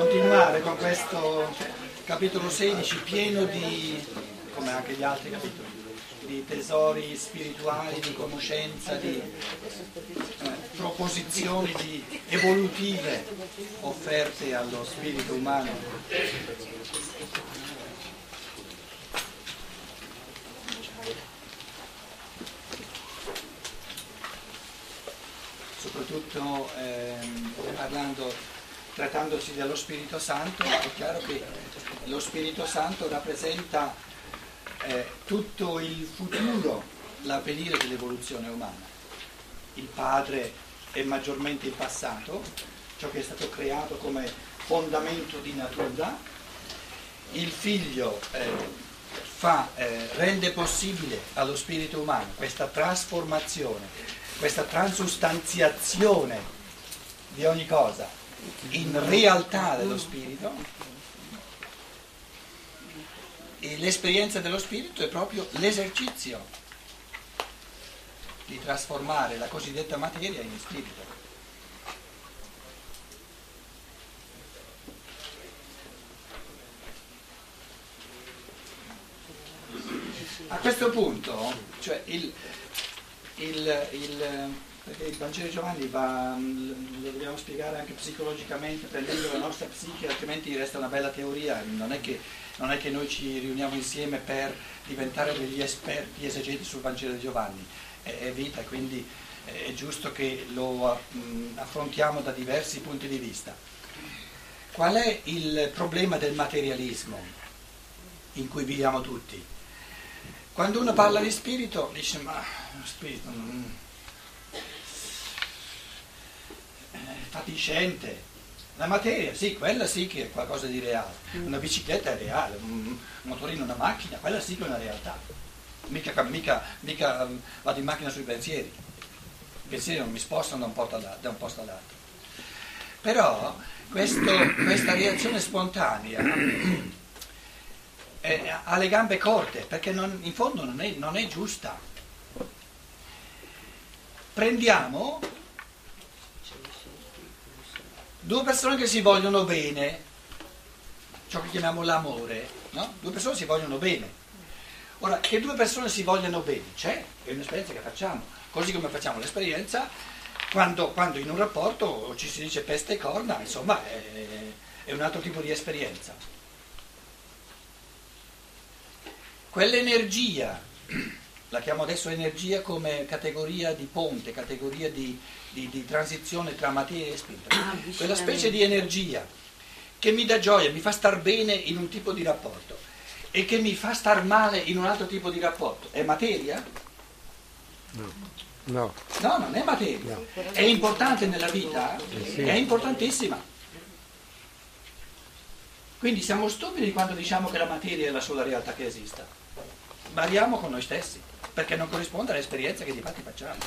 continuare con questo capitolo 16 pieno di, come anche gli altri capitoli, di tesori spirituali, di conoscenza, di proposizioni evolutive offerte allo spirito umano. Soprattutto trattandosi dello Spirito Santo, è chiaro che lo Spirito Santo rappresenta tutto il futuro, l'avvenire dell'evoluzione umana. Il Padre è maggiormente il passato, ciò che è stato creato come fondamento di natura. Il Figlio rende possibile allo spirito umano questa trasformazione, questa transustanziazione di ogni cosa in realtà dello spirito, e l'esperienza dello spirito è proprio l'esercizio di trasformare la cosiddetta materia in spirito. A questo punto, cioè perché il Vangelo di Giovanni lo dobbiamo spiegare anche psicologicamente, prendendo la nostra psiche, altrimenti resta una bella teoria. Non è che noi ci riuniamo insieme per diventare degli esperti esegeti sul Vangelo di Giovanni, è vita, quindi è giusto che lo affrontiamo da diversi punti di vista. Qual è il problema del materialismo in cui viviamo tutti? Quando uno parla di spirito dice ma lo spirito fatiscente, la materia sì, quella sì che è qualcosa di reale, una bicicletta è reale, un motorino, una macchina, quella sì che è una realtà, mica vado in macchina sui pensieri, i pensieri non mi spostano da un posto all'altro. Però questa reazione spontanea ha le gambe corte, perché in fondo non è giusta. Prendiamo due persone che si vogliono bene, ciò che chiamiamo l'amore, no? Due persone si vogliono bene. Ora, che due persone si vogliono bene, è un'esperienza che facciamo, così come facciamo l'esperienza quando in un rapporto ci si dice peste e corna, insomma è un altro tipo di esperienza. Quell'energia, la chiamo adesso energia come categoria di ponte, categoria di transizione tra materia e spirito. Quella specie di energia che mi dà gioia, mi fa star bene in un tipo di rapporto e che mi fa star male in un altro tipo di rapporto, è materia? No, non è materia. No. È importante nella vita? Sì. È importantissima. Quindi siamo stupidi quando diciamo che la materia è la sola realtà che esista. Bariamo con noi stessi, perché non corrisponde all'esperienza che di fatti facciamo.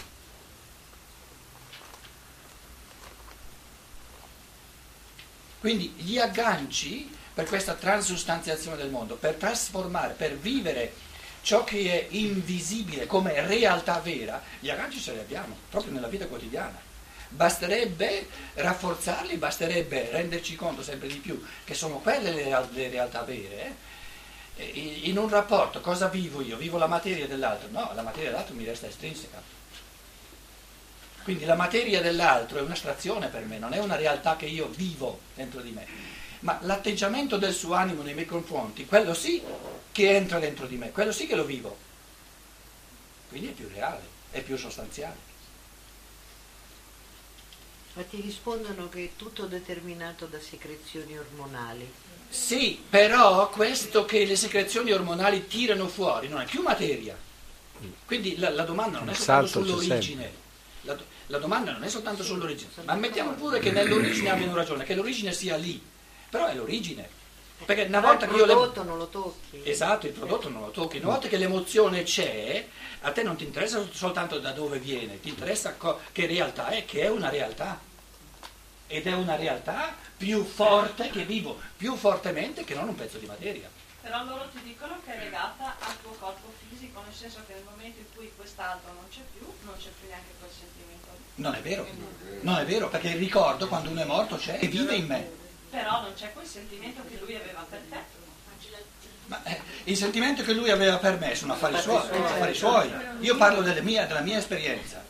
Quindi gli agganci per questa transustanziazione del mondo, per trasformare, per vivere ciò che è invisibile come realtà vera, gli agganci ce li abbiamo proprio nella vita quotidiana. Basterebbe rafforzarli, basterebbe renderci conto sempre di più che sono quelle le realtà vere. In un rapporto cosa vivo io? Vivo la materia dell'altro? No, la materia dell'altro mi resta estrinseca. Quindi la materia dell'altro è un'astrazione per me, non è una realtà che io vivo dentro di me, ma l'atteggiamento del suo animo nei miei confronti, quello sì che entra dentro di me, quello sì che lo vivo. Quindi è più reale, è più sostanziale. Ma ti rispondono che è tutto determinato da secrezioni ormonali. Sì, però questo che le secrezioni ormonali tirano fuori non è più materia. Quindi la domanda non è soltanto sull'origine. La domanda non è soltanto sull'origine. Ma ammettiamo pure che nell'origine abbiano ragione, che l'origine sia lì. Però è l'origine. Perché una volta che io il prodotto non lo tocchi. Esatto, il prodotto non lo tocchi. Una volta che l'emozione c'è, a te non ti interessa soltanto da dove viene, ti interessa che realtà è, che è una realtà. Ed è una realtà più forte che vivo, più fortemente che non un pezzo di materia. Però loro ti dicono che è legata al tuo corpo fisico, nel senso che nel momento in cui quest'altro non c'è più neanche quel sentimento. Non è vero, non è vero, perché il ricordo quando uno è morto c'è e vive in me. Però non c'è quel sentimento che lui aveva per te. Ma, il sentimento che lui aveva per me sono affari suoi. Io parlo della mia esperienza.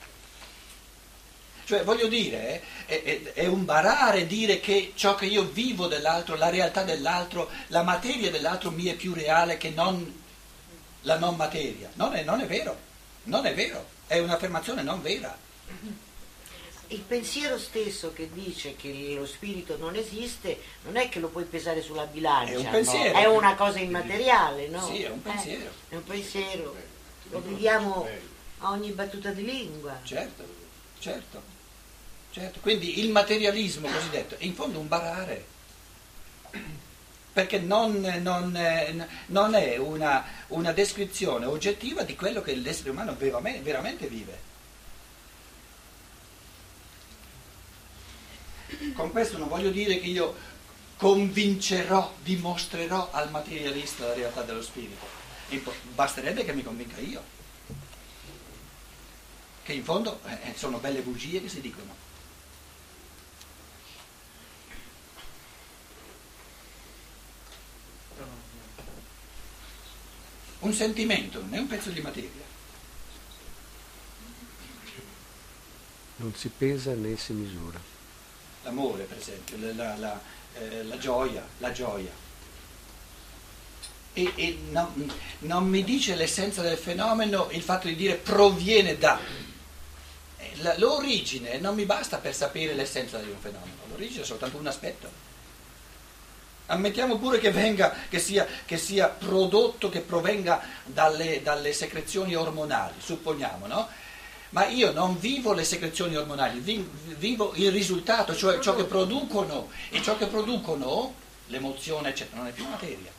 Cioè, voglio dire, è un barare dire che ciò che io vivo dell'altro, la realtà dell'altro, la materia dell'altro mi è più reale che non la non materia. Non è vero, non è vero, è un'affermazione non vera. Il pensiero stesso che dice che lo spirito non esiste, non è che lo puoi pesare sulla bilancia, È un pensiero. no? È una cosa immateriale, no? Sì, è un pensiero. È un pensiero, lo viviamo a ogni battuta di lingua. Certo. Quindi il materialismo cosiddetto è in fondo un barare, perché non è una descrizione oggettiva di quello che l'essere umano veramente vive. Con questo non voglio dire che io convincerò, dimostrerò al materialista la realtà dello spirito. Basterebbe che mi convinca io, che in fondo sono belle bugie che si dicono. Un sentimento non è un pezzo di materia. Non si pesa né si misura. L'amore, per esempio, la gioia. E non mi dice l'essenza del fenomeno il fatto di dire proviene da. L'origine non mi basta per sapere l'essenza di un fenomeno, l'origine è soltanto un aspetto. Ammettiamo pure che sia prodotto, che provenga dalle secrezioni ormonali, supponiamo, no? Ma io non vivo le secrezioni ormonali, vivo il risultato, cioè ciò che producono, e ciò che producono, l'emozione, eccetera, non è più materia.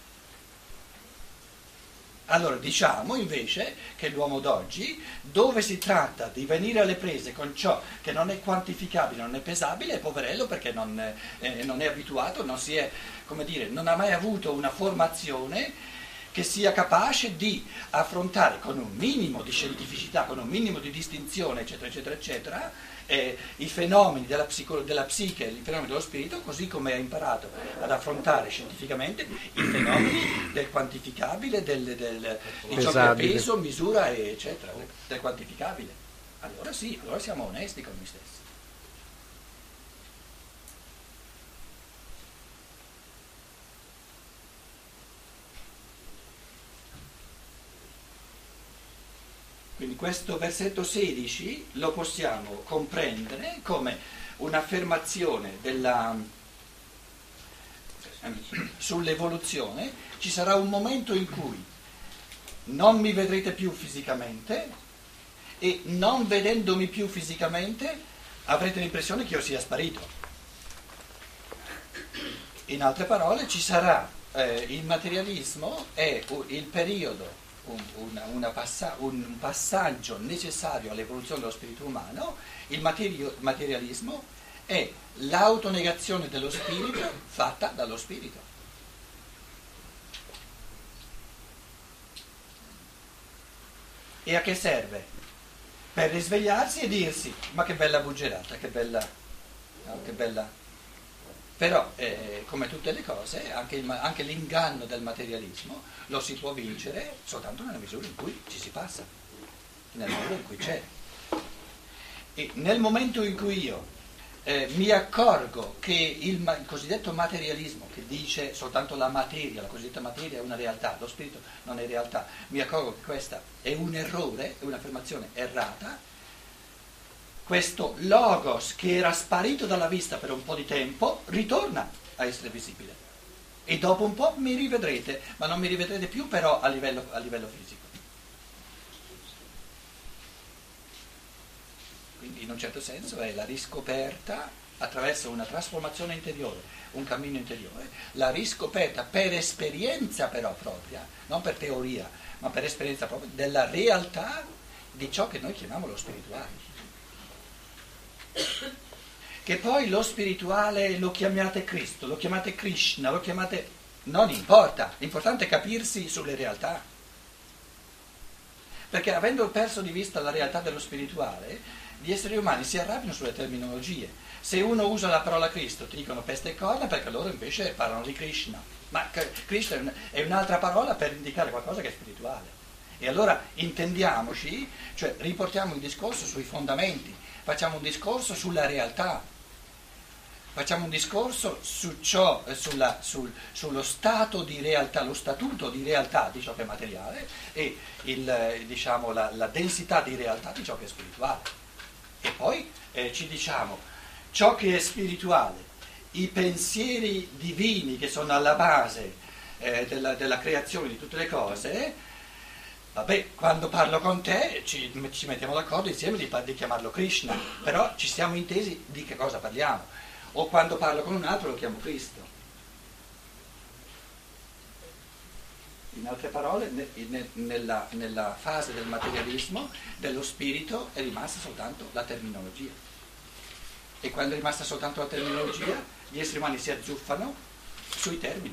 Allora diciamo invece che l'uomo d'oggi, dove si tratta di venire alle prese con ciò che non è quantificabile, non è pesabile, è poverello perché non è abituato, non ha mai avuto una formazione che sia capace di affrontare con un minimo di scientificità, con un minimo di distinzione, eccetera, eccetera, eccetera, i fenomeni della psiche, i fenomeni dello spirito, così come ha imparato ad affrontare scientificamente i fenomeni del quantificabile, di ciò che è peso, misura, eccetera, del quantificabile. Allora sì, allora siamo onesti con noi stessi. Quindi questo versetto 16 lo possiamo comprendere come un'affermazione sull'evoluzione. Ci sarà un momento in cui non mi vedrete più fisicamente e non vedendomi più fisicamente avrete l'impressione che io sia sparito. In altre parole ci sarà il materialismo è il periodo, un passaggio necessario all'evoluzione dello spirito umano. Il materialismo è l'autonegazione dello spirito fatta dallo spirito. E a che serve? Per risvegliarsi e dirsi: ma che bella buggerata, che bella. Però, come tutte le cose, anche l'inganno del materialismo lo si può vincere soltanto nella misura in cui ci si passa, nella misura in cui c'è. E nel momento in cui io mi accorgo che il cosiddetto materialismo, che dice soltanto la materia, la cosiddetta materia è una realtà, lo spirito non è realtà, mi accorgo che questa è un errore, è un'affermazione errata, questo logos che era sparito dalla vista per un po' di tempo ritorna a essere visibile e dopo un po' mi rivedrete, ma non mi rivedrete più però a livello fisico. Quindi in un certo senso è la riscoperta attraverso una trasformazione interiore, un cammino interiore, la riscoperta per esperienza però propria, non per teoria, ma per esperienza propria della realtà di ciò che noi chiamiamo lo spirituale. Che poi lo spirituale lo chiamate Cristo, lo chiamate Krishna, lo chiamate... non importa, l'importante è capirsi sulle realtà. Perché avendo perso di vista la realtà dello spirituale, gli esseri umani si arrabbiano sulle terminologie. Se uno usa la parola Cristo ti dicono peste e corna perché loro invece parlano di Krishna. Ma Cristo è un'altra parola per indicare qualcosa che è spirituale. E allora intendiamoci, cioè riportiamo il discorso sui fondamenti, facciamo un discorso sulla realtà, facciamo un discorso su ciò, sullo stato di realtà, lo statuto di realtà di ciò che è materiale e la densità di realtà di ciò che è spirituale. E poi ci diciamo ciò che è spirituale, i pensieri divini che sono alla base della creazione di tutte le cose. Vabbè, quando parlo con te ci mettiamo d'accordo insieme di chiamarlo Krishna, però ci siamo intesi di che cosa parliamo. O quando parlo con un altro lo chiamo Cristo. In altre parole, nella fase del materialismo, dello spirito, è rimasta soltanto la terminologia. E quando è rimasta soltanto la terminologia, gli esseri umani si azzuffano sui termini.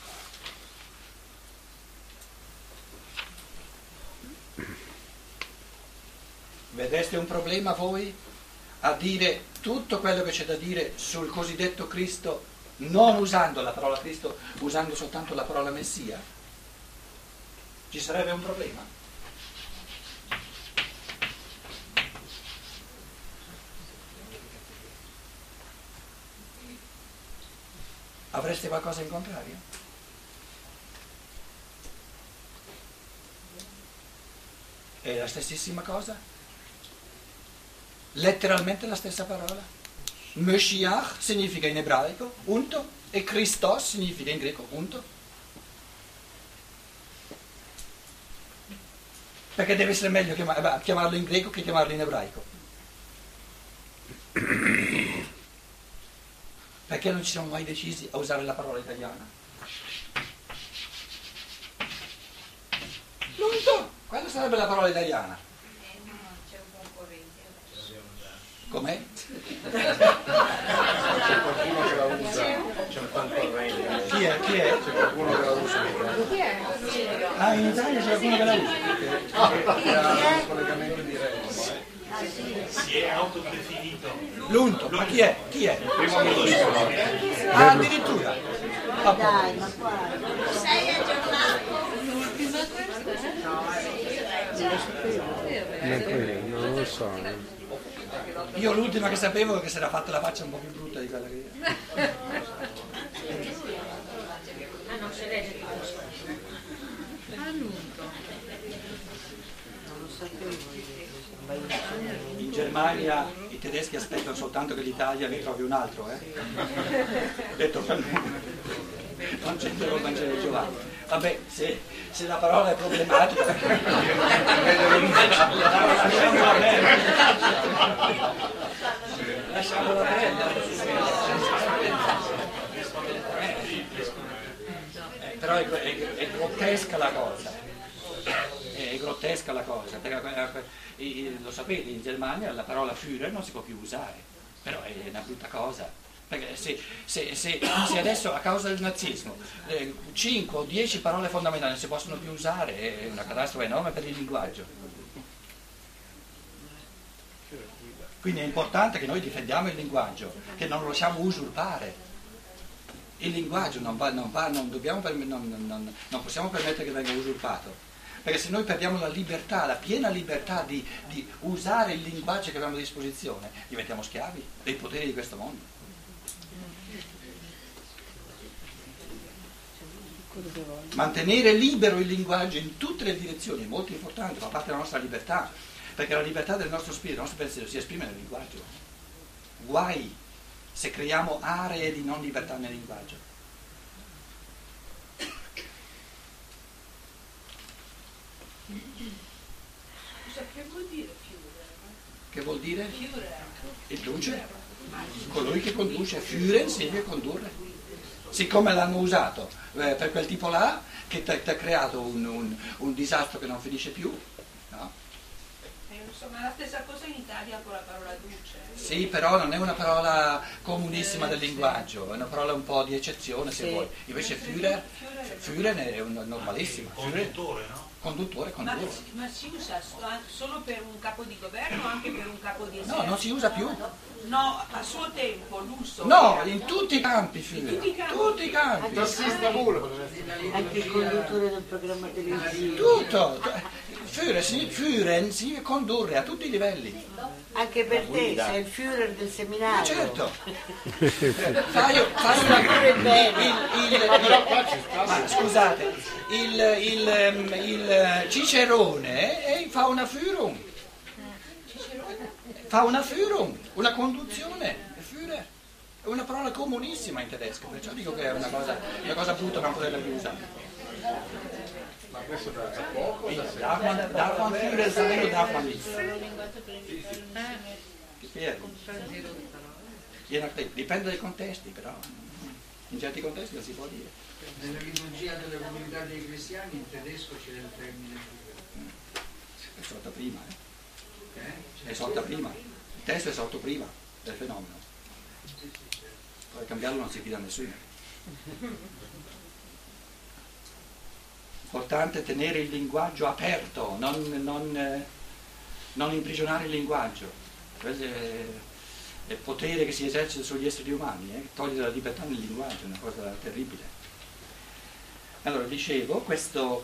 Vedreste un problema voi a dire tutto quello che c'è da dire sul cosiddetto Cristo, non usando la parola Cristo, usando soltanto la parola Messia? Ci sarebbe un problema? Avreste qualcosa in contrario? È la stessissima cosa? Letteralmente la stessa parola. Meshiach significa in ebraico unto e Christos significa in greco unto. Perché deve essere meglio chiamarlo in greco che chiamarlo in ebraico? Perché non ci siamo mai decisi a usare la parola italiana? L'unto! Quando sarebbe la parola italiana? Com'è? C'è qualcuno che la usa, c'è un concorrente. Chi è? C'è qualcuno che la usa. Chi è? Ah, in Italia c'è qualcuno che la usa. Che ha un collegamento diretto. Si è autodefinito. L'unto, ma chi è? Chi è? Primo minuscolo. Ah, addirittura. Dai, ma qua. Sei aggiornato? Non lo so. Io l'ultima che sapevo è che si era fatta la faccia un po' più brutta di quella che io. Non si legge non lo sapevo. In Germania i tedeschi aspettano soltanto che l'Italia ne trovi un altro, detto che non c'entrerò il Vangelo di Giovanni. Vabbè, se la parola è problematica, lasciamola bene. Lasciamola bene. Però è grottesca la cosa. È grottesca la cosa, perché lo sapete, in Germania la parola Führer non si può più usare, però è una brutta cosa. Perché se adesso a causa del nazismo 5 o 10 parole fondamentali non si possono più usare, è una catastrofe enorme per il linguaggio. Quindi è importante che noi difendiamo il linguaggio, che non lo lasciamo usurpare. Il linguaggio non possiamo permettere che venga usurpato. Perché se noi perdiamo la libertà, la piena libertà di usare il linguaggio che abbiamo a disposizione, diventiamo schiavi dei poteri di questo mondo. Mantenere libero il linguaggio in tutte le direzioni è molto importante, fa parte della nostra libertà, perché la libertà del nostro spirito, del nostro pensiero si esprime nel linguaggio. Guai se creiamo aree di non libertà nel linguaggio. Che vuol dire chiudere? Che vuol dire? Chiudere. Il duce, colui che conduce, führen significa condurre. Siccome l'hanno usato per quel tipo là, che ti ha creato un disastro che non finisce più, no? Insomma, è la stessa cosa in Italia con la parola duce. Sì, però non è una parola comunissima del linguaggio, è una parola un po' di eccezione se Sì. vuoi. Invece Führer è normalissima. Conduttore, no? Conduttore. Ma si usa solo per un capo di governo o anche per un capo di esercito? No, non si usa più. No, a suo tempo l'uso No, era- in tutti i campi Führer. Tutti i campi. Tassista pure poteva essere. Anche il conduttore del programma televisivo. Tutto. Führen significa condurre a tutti i livelli. Anche per te, sei il Führer del Ma seminario. certo. Fai una... Ma scusate, il Cicerone fa una Führung. Fa una Führung, una conduzione. Führer. È una parola comunissima in tedesco, perciò dico che è una cosa brutta non poterla più usare. Ma questo da poco? Darf man Führer sagen o darf man nicht? Spiego. Dipende dai contesti, però in certi contesti non si può dire. Nella liturgia delle comunità dei cristiani in tedesco c'è il termine Führer. È sorta prima, È sorta prima. Il testo è sorto prima del fenomeno. Poi cambiarlo non si fida nessuno. Importante tenere il linguaggio aperto, non imprigionare il linguaggio. Questo è il potere che si esercita sugli esseri umani, togliere la libertà nel linguaggio, è una cosa terribile. Allora, dicevo, questo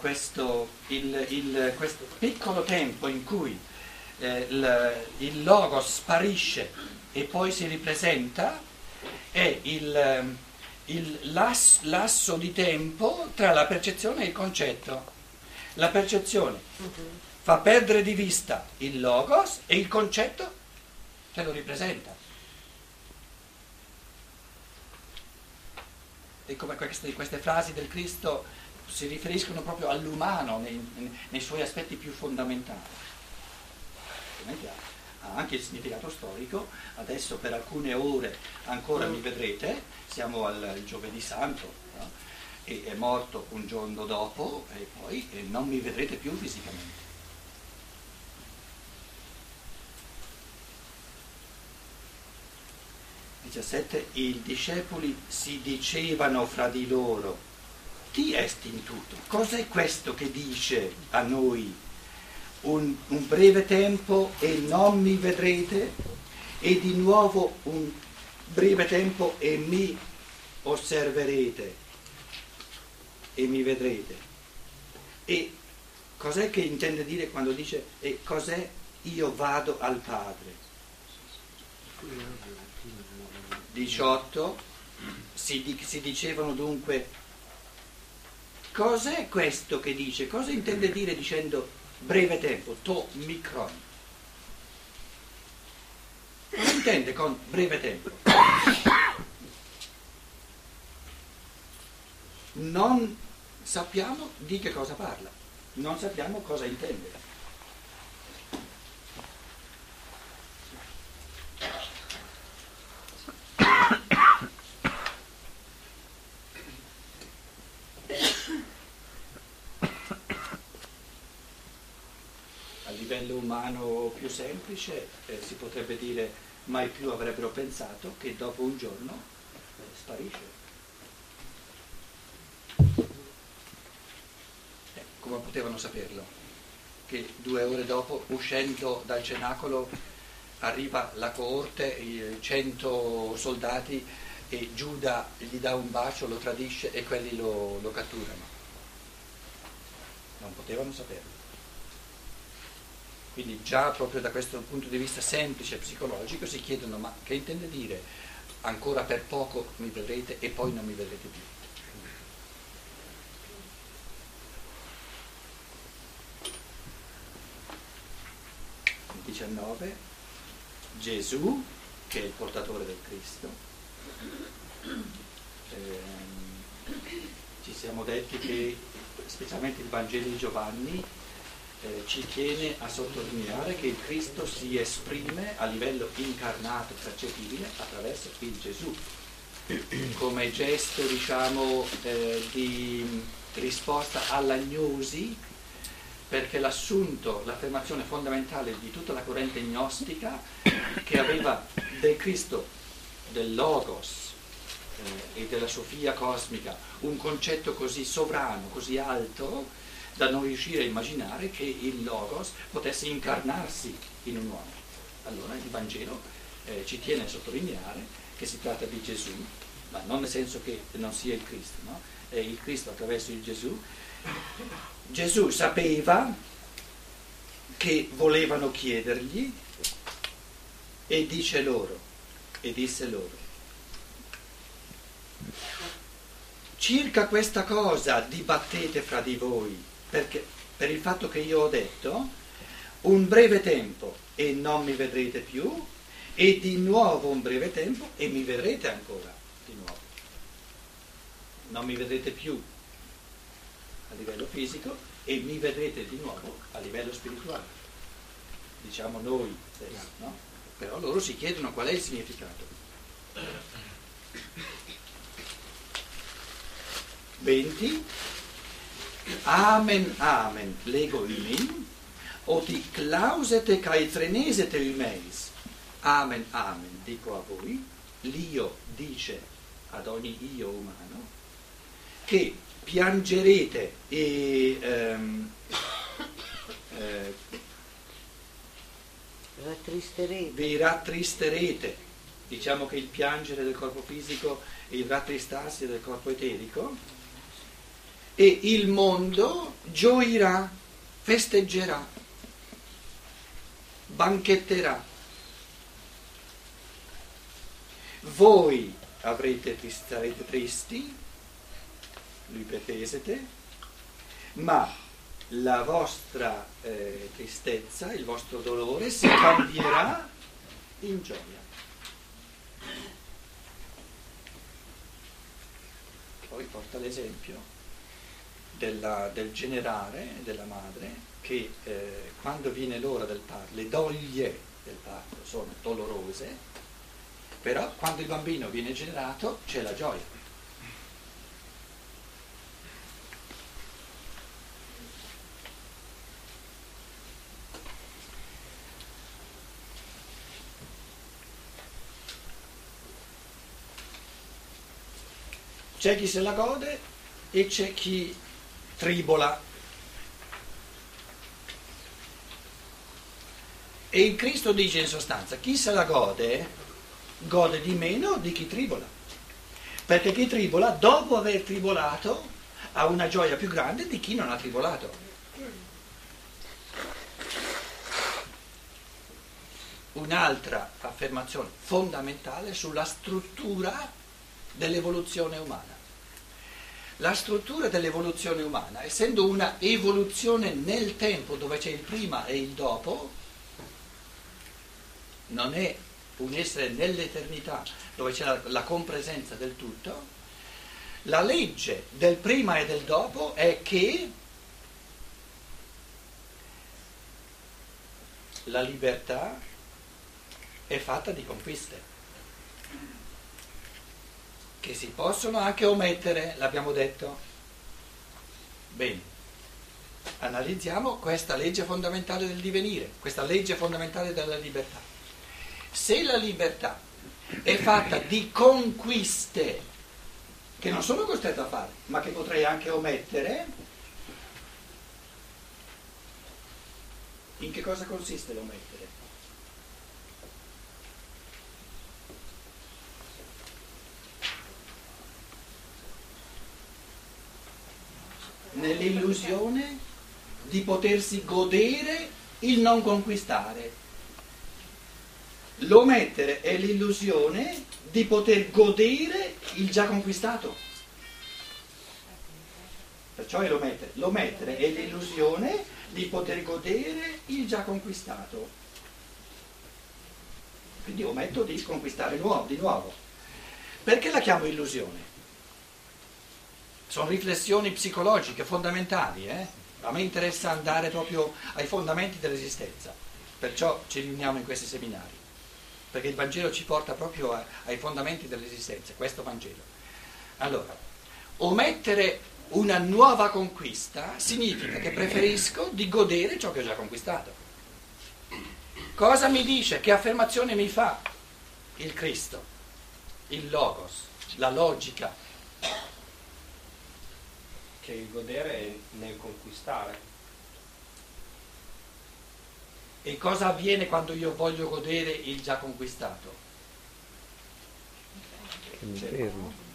piccolo tempo in cui il logos sparisce e poi si ripresenta è il lasso di tempo tra la percezione e il concetto. La percezione fa perdere di vista il logos e il concetto ce lo ripresenta. E come queste frasi del Cristo si riferiscono proprio all'umano nei suoi aspetti più fondamentali. Ovviamente ha anche il significato storico. Adesso per alcune ore ancora mi vedrete, siamo al giovedì santo, no? E è morto un giorno dopo e poi non mi vedrete più fisicamente. I discepoli si dicevano fra di loro: chi est in tutto? Cos'è questo che dice a noi? Un breve tempo e non mi vedrete, e di nuovo un breve tempo e mi osserverete e mi vedrete. E cos'è che intende dire quando dice e cos'è io vado al Padre? 18 si dicevano dunque cos'è questo che dice? Cosa intende dire dicendo breve tempo, to micron? Cosa intende con breve tempo? Non sappiamo di che cosa parla, non sappiamo cosa intende. A livello umano più semplice si potrebbe dire mai più avrebbero pensato che dopo un giorno sparisce. Come potevano saperlo? Che 2 ore dopo, uscendo dal cenacolo, arriva la coorte, 100 soldati, e Giuda gli dà un bacio, lo tradisce e quelli lo catturano. Non potevano saperlo. Quindi già proprio da questo punto di vista semplice psicologico si chiedono: ma che intende dire ancora per poco mi vedrete e poi non mi vedrete più? 19, Gesù, che è il portatore del Cristo. Ci siamo detti che specialmente il Vangelo di Giovanni ci tiene a sottolineare che il Cristo si esprime a livello incarnato, percepibile, attraverso il Gesù, come gesto, diciamo, di risposta all'agnosi perché l'assunto, l'affermazione fondamentale di tutta la corrente gnostica che aveva del Cristo, del Logos e della Sofia cosmica un concetto così sovrano, così alto da non riuscire a immaginare che il Logos potesse incarnarsi in un uomo. Allora il Vangelo ci tiene a sottolineare che si tratta di Gesù, ma non nel senso che non sia il Cristo, no? È il Cristo attraverso il Gesù. Gesù sapeva che volevano chiedergli e disse loro, circa questa cosa dibattete fra di voi, perché per il fatto che io ho detto un breve tempo e non mi vedrete più, e di nuovo un breve tempo e mi vedrete ancora di nuovo. Non mi vedrete più a livello fisico e mi vedrete di nuovo a livello spirituale. Diciamo noi stessi, no? Però loro si chiedono qual è il significato. 20. Amen, amen, lego imin, oti clausete kai frenesete il meis. Amen, amen, dico a voi, l'io dice ad ogni io umano, che piangerete e vi rattristerete. Diciamo che il piangere del corpo fisico e il rattristarsi del corpo eterico, e il mondo gioirà, festeggerà, banchetterà. Voi sarete tristi, lui petesete, ma la vostra tristezza, il vostro dolore si cambierà in gioia. Poi porta l'esempio del generare, della madre, che quando viene l'ora del parto, le doglie del parto sono dolorose, però quando il bambino viene generato c'è la gioia. C'è chi se la gode e c'è chi tribola. E il Cristo dice in sostanza, chi se la gode di meno di chi tribola. Perché chi tribola, dopo aver tribolato, ha una gioia più grande di chi non ha tribolato. Un'altra affermazione fondamentale sulla struttura dell'evoluzione umana. La struttura dell'evoluzione umana, essendo una evoluzione nel tempo dove c'è il prima e il dopo, non è un essere nell'eternità dove c'è la compresenza del tutto. La legge del prima e del dopo è che la libertà è fatta di conquiste che si possono anche omettere, l'abbiamo detto. Bene, analizziamo questa legge fondamentale del divenire, questa legge fondamentale della libertà. Se la libertà è fatta di conquiste che non sono costretto a fare, ma che potrei anche omettere, in che cosa consiste l'omettere? Nell'illusione di potersi godere il non conquistare. L'omettere è l'illusione di poter godere il già conquistato. Perciò è l'omettere. L'omettere è l'illusione di poter godere il già conquistato. Quindi ometto di conquistare di nuovo. Perché la chiamo illusione? Sono riflessioni psicologiche fondamentali, A me interessa andare proprio ai fondamenti dell'esistenza, perciò ci riuniamo in questi seminari, perché il Vangelo ci porta proprio ai fondamenti dell'esistenza, questo Vangelo. Allora, omettere una nuova conquista significa che preferisco di godere ciò che ho già conquistato. Cosa mi dice? Che affermazione mi fa il Cristo, il Logos, la logica? Che il godere è nel conquistare. E cosa avviene quando io voglio godere il già conquistato? Che mi fermo.